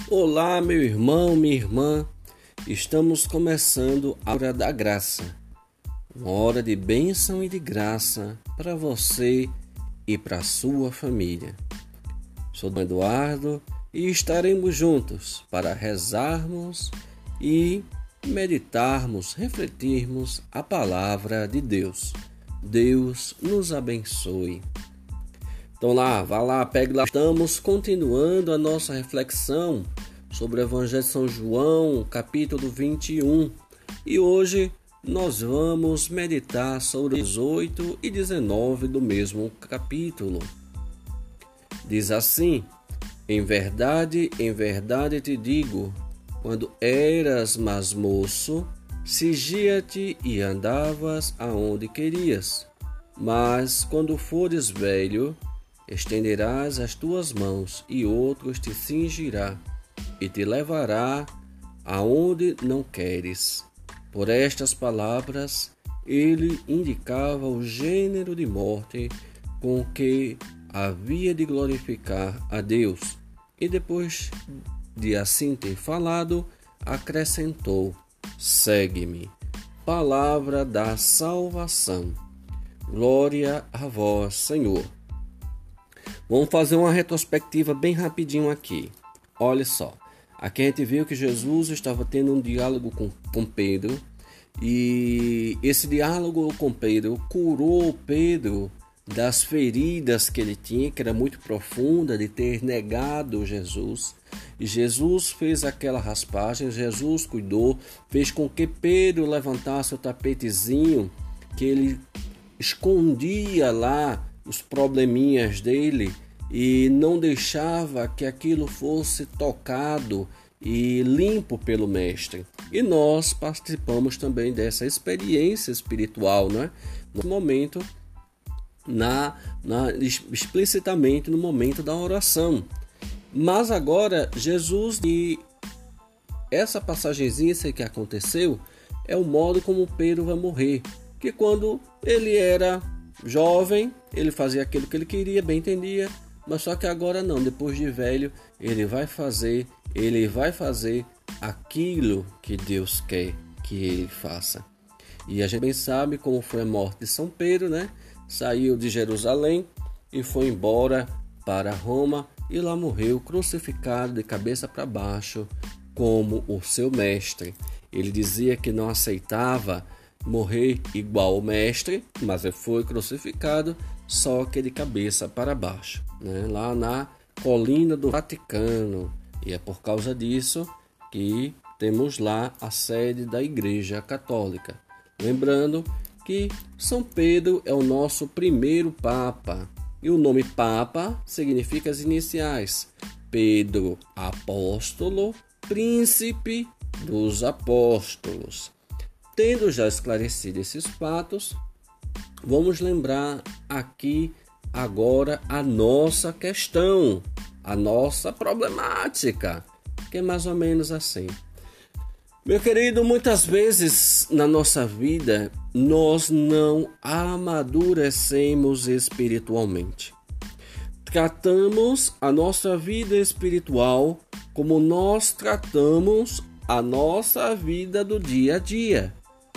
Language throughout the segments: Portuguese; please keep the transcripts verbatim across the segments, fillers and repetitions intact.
Olá, meu irmão, minha irmã. Estamos começando a Hora da Graça. Uma hora de bênção e de graça para você e para a sua família. Sou Dom Eduardo e estaremos juntos para rezarmos e meditarmos, refletirmos a palavra de Deus. Deus nos abençoe. Então lá, vá lá, pegue lá. Estamos continuando a nossa reflexão sobre o Evangelho de São João, capítulo vinte e um. E hoje nós vamos meditar sobre dezoito e dezenove do mesmo capítulo. Diz assim: Em verdade, em verdade te digo, quando eras mais moço, sigia-te e andavas aonde querias. Mas quando fores velho, estenderás as tuas mãos, e outros te cingirá, e te levará aonde não queres. Por estas palavras, ele indicava o gênero de morte com que havia de glorificar a Deus. E depois de assim ter falado, acrescentou: Segue-me. Palavra da salvação. Glória a vós, Senhor. Vamos fazer uma retrospectiva bem rapidinho aqui. Olha só, aqui a gente viu que Jesus estava tendo um diálogo com, com Pedro, e esse diálogo com Pedro curou Pedro das feridas que ele tinha, que era muito profunda, de ter negado Jesus. E Jesus fez aquela raspagem, Jesus cuidou, fez com que Pedro levantasse o tapetezinho que ele escondia lá os probleminhas dele e não deixava que aquilo fosse tocado e limpo pelo mestre. E nós participamos também dessa experiência espiritual, né? No momento, na, na, explicitamente no momento da oração. Mas agora Jesus, e essa passagenzinha que aconteceu é o modo como Pedro vai morrer, que quando ele era jovem, ele fazia aquilo que ele queria, bem entendia, mas só que agora não, depois de velho, ele vai fazer, ele vai fazer aquilo que Deus quer que ele faça. E a gente bem sabe como foi a morte de São Pedro, né? Saiu de Jerusalém e foi embora para Roma e lá morreu crucificado de cabeça para baixo como o seu mestre. Ele dizia que não aceitava morrer igual o mestre, mas ele foi crucificado só que de cabeça para baixo, né? Lá na colina do Vaticano. E é por causa disso que temos lá a sede da Igreja Católica. Lembrando que São Pedro é o nosso primeiro Papa. E o nome Papa significa as iniciais: Pedro Apóstolo, Príncipe dos Apóstolos. Tendo já esclarecido esses fatos, vamos lembrar aqui agora a nossa questão, a nossa problemática, que é mais ou menos assim. Meu querido, muitas vezes na nossa vida nós não amadurecemos espiritualmente. Tratamos a nossa vida espiritual como nós tratamos a nossa vida do dia a dia,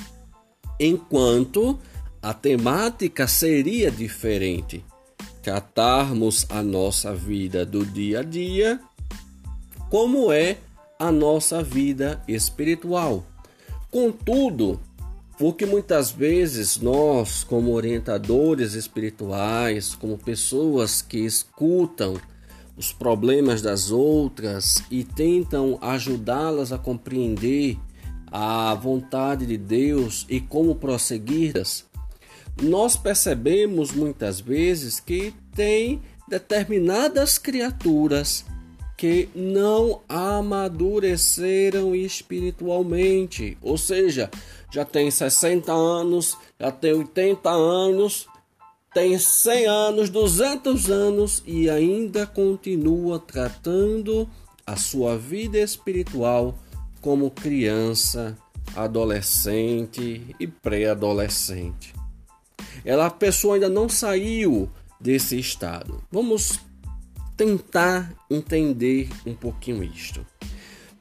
enquanto a temática seria diferente. Tratarmos a nossa vida do dia a dia como é a nossa vida espiritual. Contudo, porque muitas vezes nós, como orientadores espirituais, como pessoas que escutam os problemas das outras e tentam ajudá-las a compreender a vontade de Deus e como prosseguir-las, nós percebemos muitas vezes que tem determinadas criaturas que não amadureceram espiritualmente, ou seja, já tem sessenta anos, já tem oitenta anos, tem cem anos, duzentos anos e ainda continua tratando a sua vida espiritual como criança, adolescente e pré-adolescente. Ela, a pessoa ainda não saiu desse estado. Vamos tentar entender um pouquinho isto.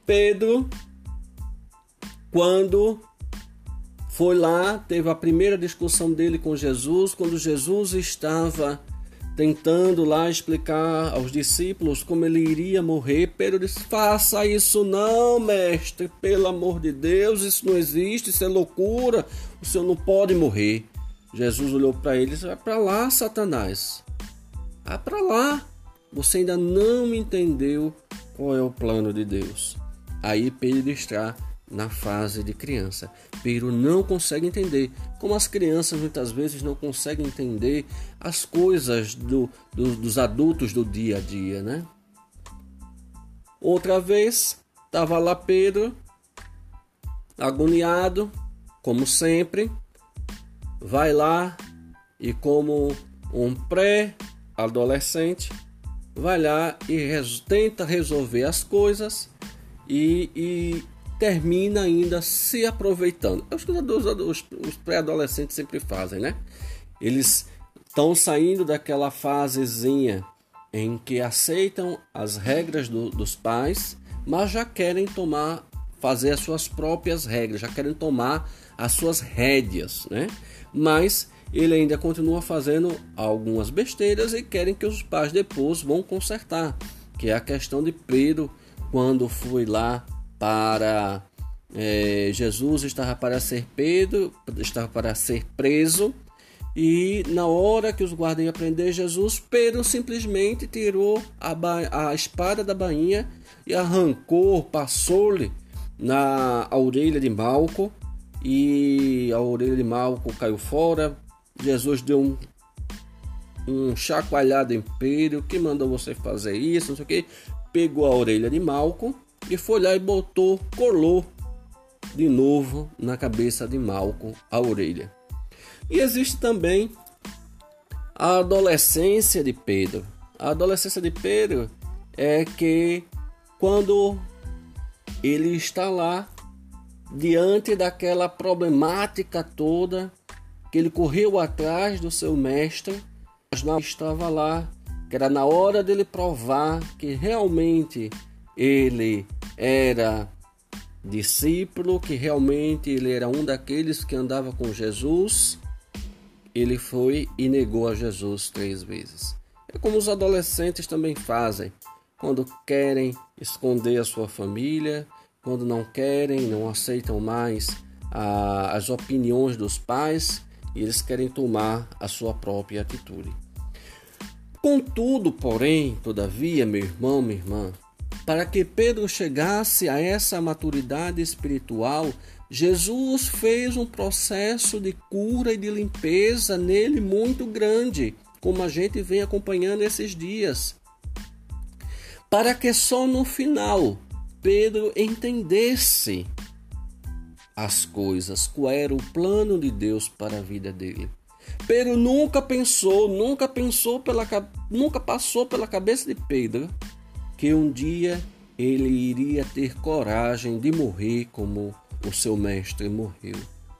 Pedro, quando foi lá, teve a primeira discussão dele com Jesus, quando Jesus estava tentando lá explicar aos discípulos como ele iria morrer. Pedro disse: faça isso não, mestre, pelo amor de Deus, isso não existe, isso é loucura, o senhor não pode morrer. Jesus olhou para ele e disse: vai para lá, Satanás, vai para lá, você ainda não entendeu qual é o plano de Deus. Aí Pedro está na fase de criança. Pedro não consegue entender, como as crianças muitas vezes não conseguem entender as coisas do, do, dos adultos do dia a dia, né? Outra vez, estava lá Pedro, agoniado, como sempre, vai lá e, como um pré-adolescente, vai lá e res, tenta resolver as coisas e, e termina ainda se aproveitando. É o que os, os pré-adolescentes sempre fazem, né? Eles estão saindo daquela fasezinha em que aceitam as regras do, dos pais, mas já querem tomar, fazer as suas próprias regras, já querem tomar as suas rédeas, né? Mas ele ainda continua fazendo algumas besteiras e querem que os pais depois vão consertar, que é a questão de Pedro, quando foi lá para é, Jesus estava para ser Pedro, estava para ser preso, e na hora que os guardas iam prender Jesus, Pedro simplesmente tirou a, ba- a espada da bainha e arrancou, passou-lhe na a orelha de Malco, e a orelha de Malco caiu fora. Jesus deu um, um chacoalhado em Pedro: que mandou você fazer isso, não sei o que. Pegou a orelha de Malco e foi lá e botou, colou de novo na cabeça de Malco a orelha. E existe também a adolescência de Pedro. A adolescência de Pedro é que quando ele está lá diante daquela problemática toda, que ele correu atrás do seu mestre, mas não estava lá, que era na hora dele provar que realmente ele era discípulo, que realmente ele era um daqueles que andava com Jesus. Ele foi e negou a Jesus três vezes. É como os adolescentes também fazem, quando querem esconder a sua família, quando não querem, não aceitam mais a, as opiniões dos pais, e eles querem tomar a sua própria atitude. Contudo, porém, todavia, meu irmão, minha irmã, para que Pedro chegasse a essa maturidade espiritual, Jesus fez um processo de cura e de limpeza nele muito grande, como a gente vem acompanhando esses dias, para que só no final Pedro entendesse as coisas, qual era o plano de Deus para a vida dele. Pedro nunca pensou, nunca pensou pela, nunca passou pela cabeça de Pedro que um dia ele iria ter coragem de morrer como o seu mestre morreu.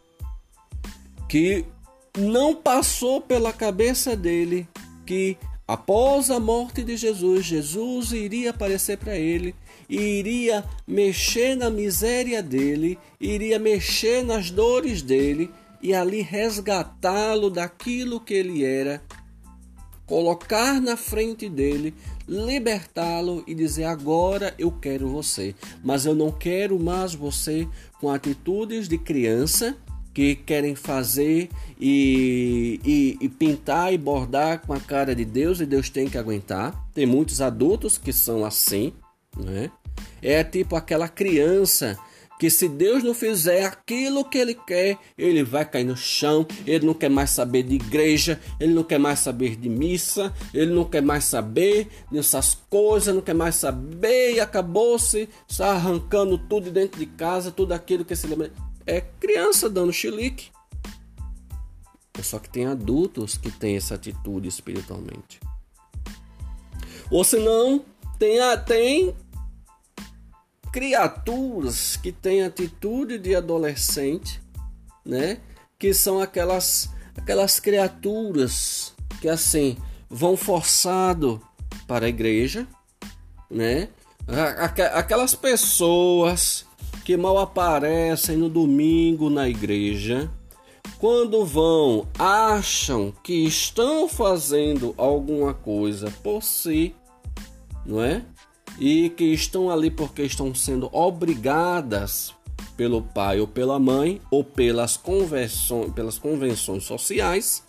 Que não passou pela cabeça dele que após a morte de Jesus, Jesus iria aparecer para ele e iria mexer na miséria dele, iria mexer nas dores dele e ali resgatá-lo daquilo que ele era, colocar na frente dele, libertá-lo e dizer: agora eu quero você, mas eu não quero mais você com atitudes de criança que querem fazer e, e, e pintar e bordar com a cara de Deus, e Deus tem que aguentar. Tem muitos adultos que são assim, né? É tipo aquela criança que, se Deus não fizer aquilo que ele quer, ele vai cair no chão, ele não quer mais saber de igreja, ele não quer mais saber de missa, ele não quer mais saber dessas coisas, não quer mais saber, e acabou-se arrancando tudo dentro de casa, tudo aquilo que se lembra. É criança dando chilique. Só que tem adultos que têm essa atitude espiritualmente. Ou senão, tem, tem criaturas que têm atitude de adolescente, né? Que são aquelas, aquelas criaturas que assim vão forçado para a igreja, né? Aquelas pessoas que mal aparecem no domingo na igreja, quando vão, acham que estão fazendo alguma coisa por si, não é? E que estão ali porque estão sendo obrigadas pelo pai ou pela mãe, ou pelas convenções, pelas convenções sociais,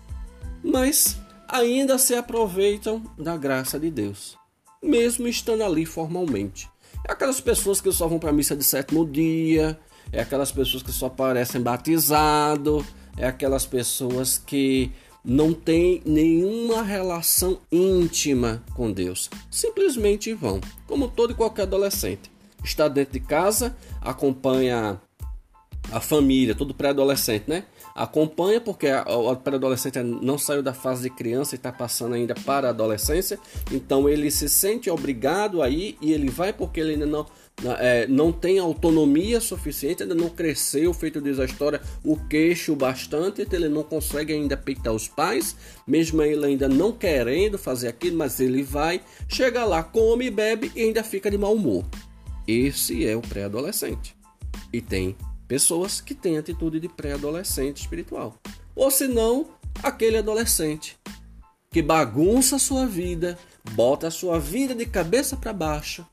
mas ainda se aproveitam da graça de Deus, mesmo estando ali formalmente. É aquelas pessoas que só vão para a missa de sétimo dia, é aquelas pessoas que só parecem batizado, é aquelas pessoas que não têm nenhuma relação íntima com Deus. Simplesmente vão, como todo e qualquer adolescente. Está dentro de casa, acompanha a família, todo pré-adolescente, né? Acompanha porque o pré-adolescente não saiu da fase de criança e está passando ainda para a adolescência. Então ele se sente obrigado a ir e ele vai porque ele ainda não, é, não tem autonomia suficiente, ainda não cresceu, feito diz a história, o queixo bastante, então ele não consegue ainda peitar os pais, mesmo ele ainda não querendo fazer aquilo, mas ele vai, chega lá, come, bebe e ainda fica de mau humor. Esse é o pré-adolescente. E tem pessoas que têm atitude de pré-adolescente espiritual. Ou se não, aquele adolescente que bagunça a sua vida, bota a sua vida de cabeça para baixo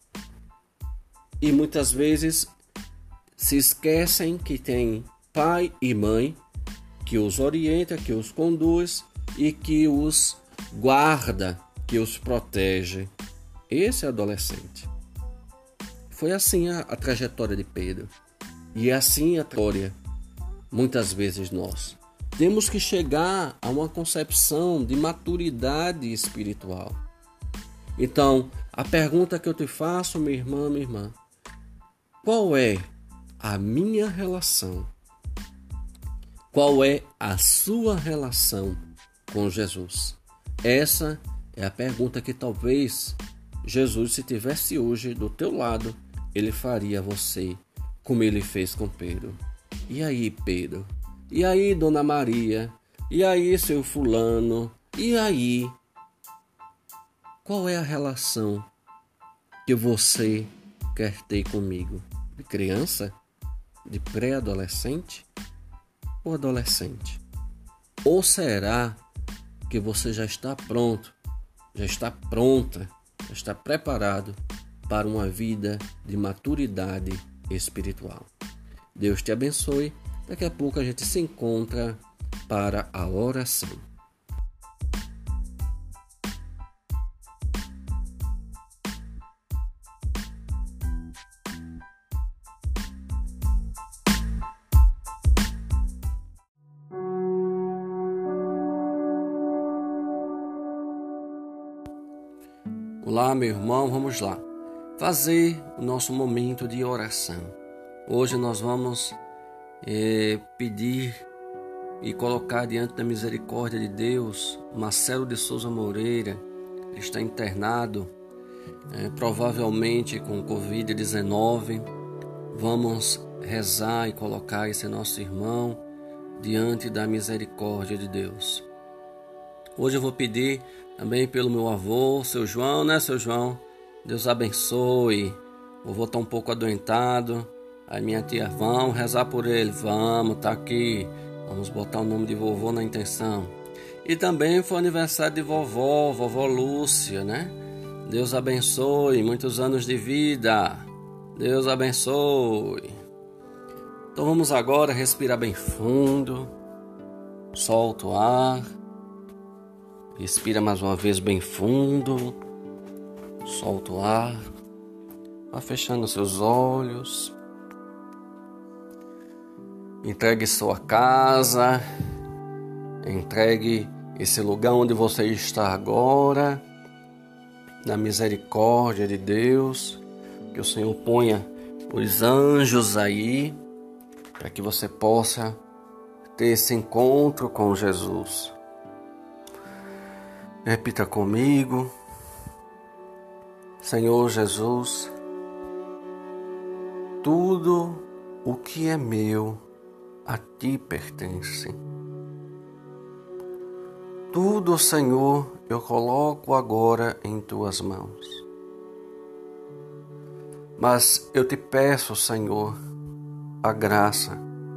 e muitas vezes se esquecem que tem pai e mãe que os orienta, que os conduz e que os guarda, que os protege. Esse é adolescente. Foi assim a, a trajetória de Pedro. E assim a trajetória, muitas vezes nós. Temos que chegar a uma concepção de maturidade espiritual. Então, a pergunta que eu te faço, minha irmã, minha irmã, qual é a minha relação? Qual é a sua relação com Jesus? Essa é a pergunta que talvez Jesus, se tivesse hoje do teu lado, ele faria a você como ele fez com Pedro. E aí, Pedro? E aí, Dona Maria? E aí, seu fulano? E aí? Qual é a relação que você quer ter comigo? De criança? De pré-adolescente? Ou adolescente? Ou será que você já está pronto, já está pronta, já está preparado para uma vida de maturidade espiritual? Deus te abençoe. Daqui a pouco a gente se encontra para a oração. Olá, meu irmão, vamos lá fazer o nosso momento de oração. Hoje nós vamos é, pedir e colocar diante da misericórdia de Deus Marcelo de Souza Moreira. Ele está internado, é, provavelmente com covid dezenove. Vamos rezar e colocar esse nosso irmão diante da misericórdia de Deus. Hoje eu vou pedir também pelo meu avô, seu João, né, seu João? Deus abençoe. O vovô está um pouco adoentado. Aí minha tia, vamos rezar por ele. Vamos, tá aqui. Vamos botar o nome de vovô na intenção. E também foi aniversário de vovó, vovó Lúcia, né? Deus abençoe, muitos anos de vida. Deus abençoe. Então vamos agora respirar bem fundo. Solta o ar. Respira mais uma vez bem fundo. Solta o ar. Vá fechando seus olhos. Entregue sua casa. Entregue esse lugar onde você está agora. Na misericórdia de Deus. Que o Senhor ponha os anjos aí. Para que você possa ter esse encontro com Jesus. Repita comigo. Senhor Jesus, tudo o que é meu a ti pertence. Tudo, Senhor, eu coloco agora em tuas mãos. Mas eu te peço, Senhor, a graça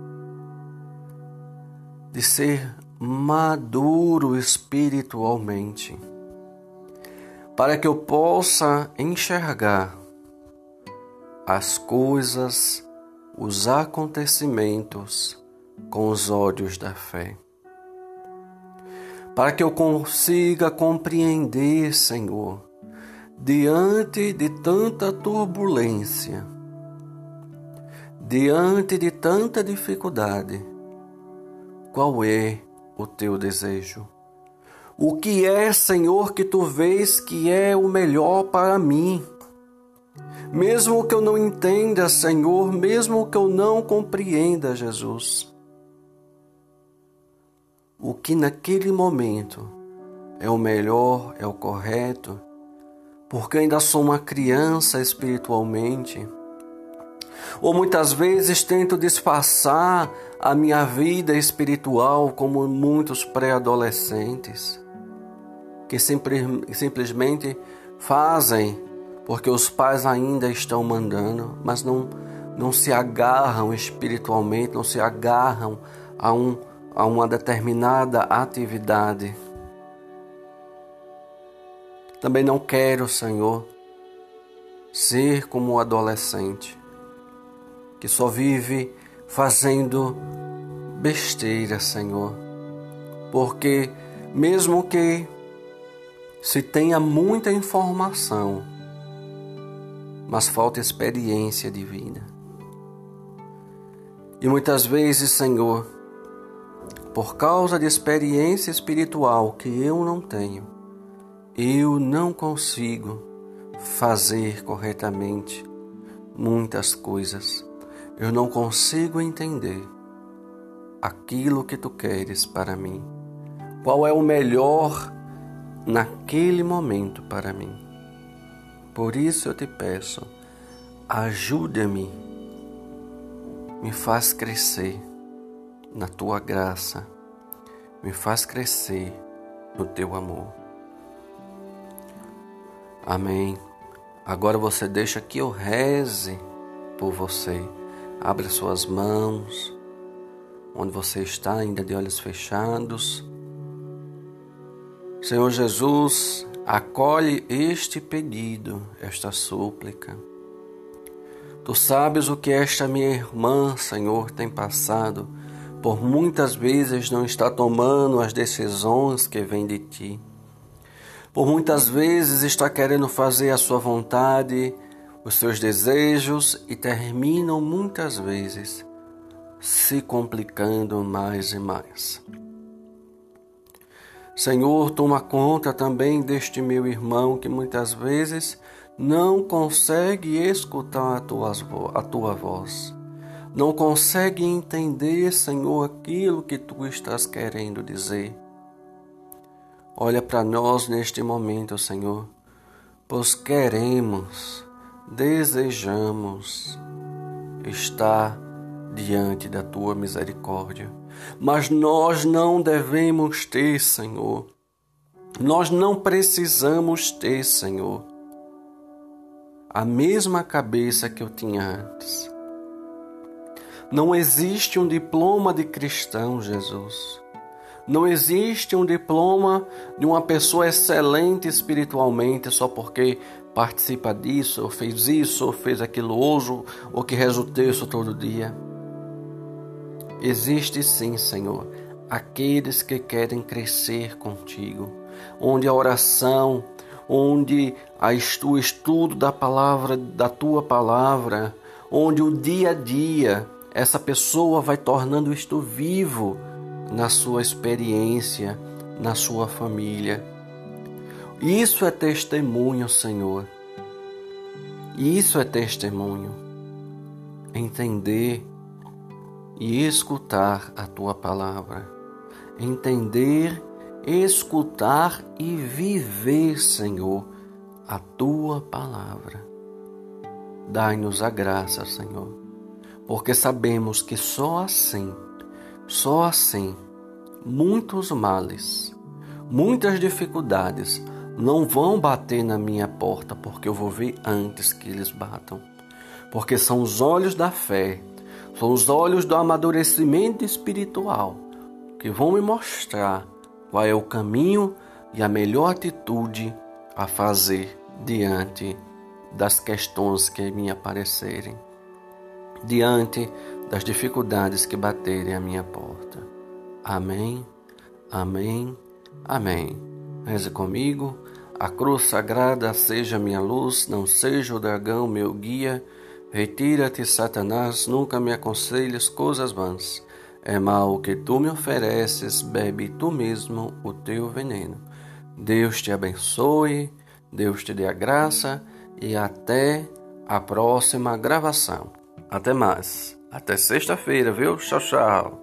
de ser maduro espiritualmente, para que eu possa enxergar as coisas, os acontecimentos com os olhos da fé. Para que eu consiga compreender, Senhor, diante de tanta turbulência, diante de tanta dificuldade, qual é o teu desejo? O que é, Senhor, que tu vês que é o melhor para mim? Mesmo que eu não entenda, Senhor, mesmo que eu não compreenda, Jesus, o que naquele momento é o melhor, é o correto, porque ainda sou uma criança espiritualmente, ou muitas vezes tento disfarçar a minha vida espiritual como muitos pré-adolescentes, que simples, simplesmente fazem porque os pais ainda estão mandando, mas não, não se agarram espiritualmente, não se agarram a, um, a uma determinada atividade. Também não quero, Senhor, ser como o adolescente que só vive fazendo besteira, Senhor, porque mesmo que se tenha muita informação, mas falta experiência de vida. E muitas vezes, Senhor, por causa de experiência espiritual que eu não tenho, eu não consigo fazer corretamente muitas coisas. Eu não consigo entender aquilo que tu queres para mim. Qual é o melhor naquele momento para mim? Por isso eu te peço, ajuda-me, me faz crescer na tua graça, me faz crescer no teu amor. Amém. Agora você deixa que eu reze por você. Abre suas mãos, onde você está ainda de olhos fechados. Senhor Jesus, acolhe este pedido, esta súplica. Tu sabes o que esta minha irmã, Senhor, tem passado, por muitas vezes não está tomando as decisões que vêm de Ti. Por muitas vezes está querendo fazer a sua vontade, os seus desejos e terminam muitas vezes se complicando mais e mais. Senhor, toma conta também deste meu irmão que muitas vezes não consegue escutar a tua, a tua voz. Não consegue entender, Senhor, aquilo que Tu estás querendo dizer. Olha para nós neste momento, Senhor, pois queremos, desejamos estar diante da Tua misericórdia. Mas nós não devemos ter, Senhor. Nós não precisamos ter, Senhor, a mesma cabeça que eu tinha antes. Não existe um diploma de cristão, Jesus. Não existe um diploma de uma pessoa excelente espiritualmente só porque participa disso, ou fez isso, ou fez aquilo outro, ou que resultou isso todo dia. Existe sim, Senhor, aqueles que querem crescer contigo, onde a oração, onde o estudo da palavra, da tua palavra, onde o dia a dia, essa pessoa vai tornando isto vivo na sua experiência, na sua família. Isso é testemunho, Senhor. Isso é testemunho. Entender e escutar a Tua palavra. Entender, escutar e viver, Senhor, a Tua palavra. Dai-nos a graça, Senhor, porque sabemos que só assim, só assim, muitos males, muitas dificuldades não vão bater na minha porta, porque eu vou ver antes que eles batam. porque são os olhos da fé, são os olhos do amadurecimento espiritual que vão me mostrar qual é o caminho e a melhor atitude a fazer diante das questões que me aparecerem, diante das dificuldades que baterem à minha porta. Amém, amém, amém. Reze comigo. A cruz sagrada seja minha luz, não seja o dragão meu guia. Retira-te, Satanás, nunca me aconselhes coisas vãs. É mal o que tu me ofereces, bebe tu mesmo o teu veneno. Deus te abençoe, Deus te dê a graça e até a próxima gravação. Até mais. Até sexta-feira, viu? Tchau, tchau.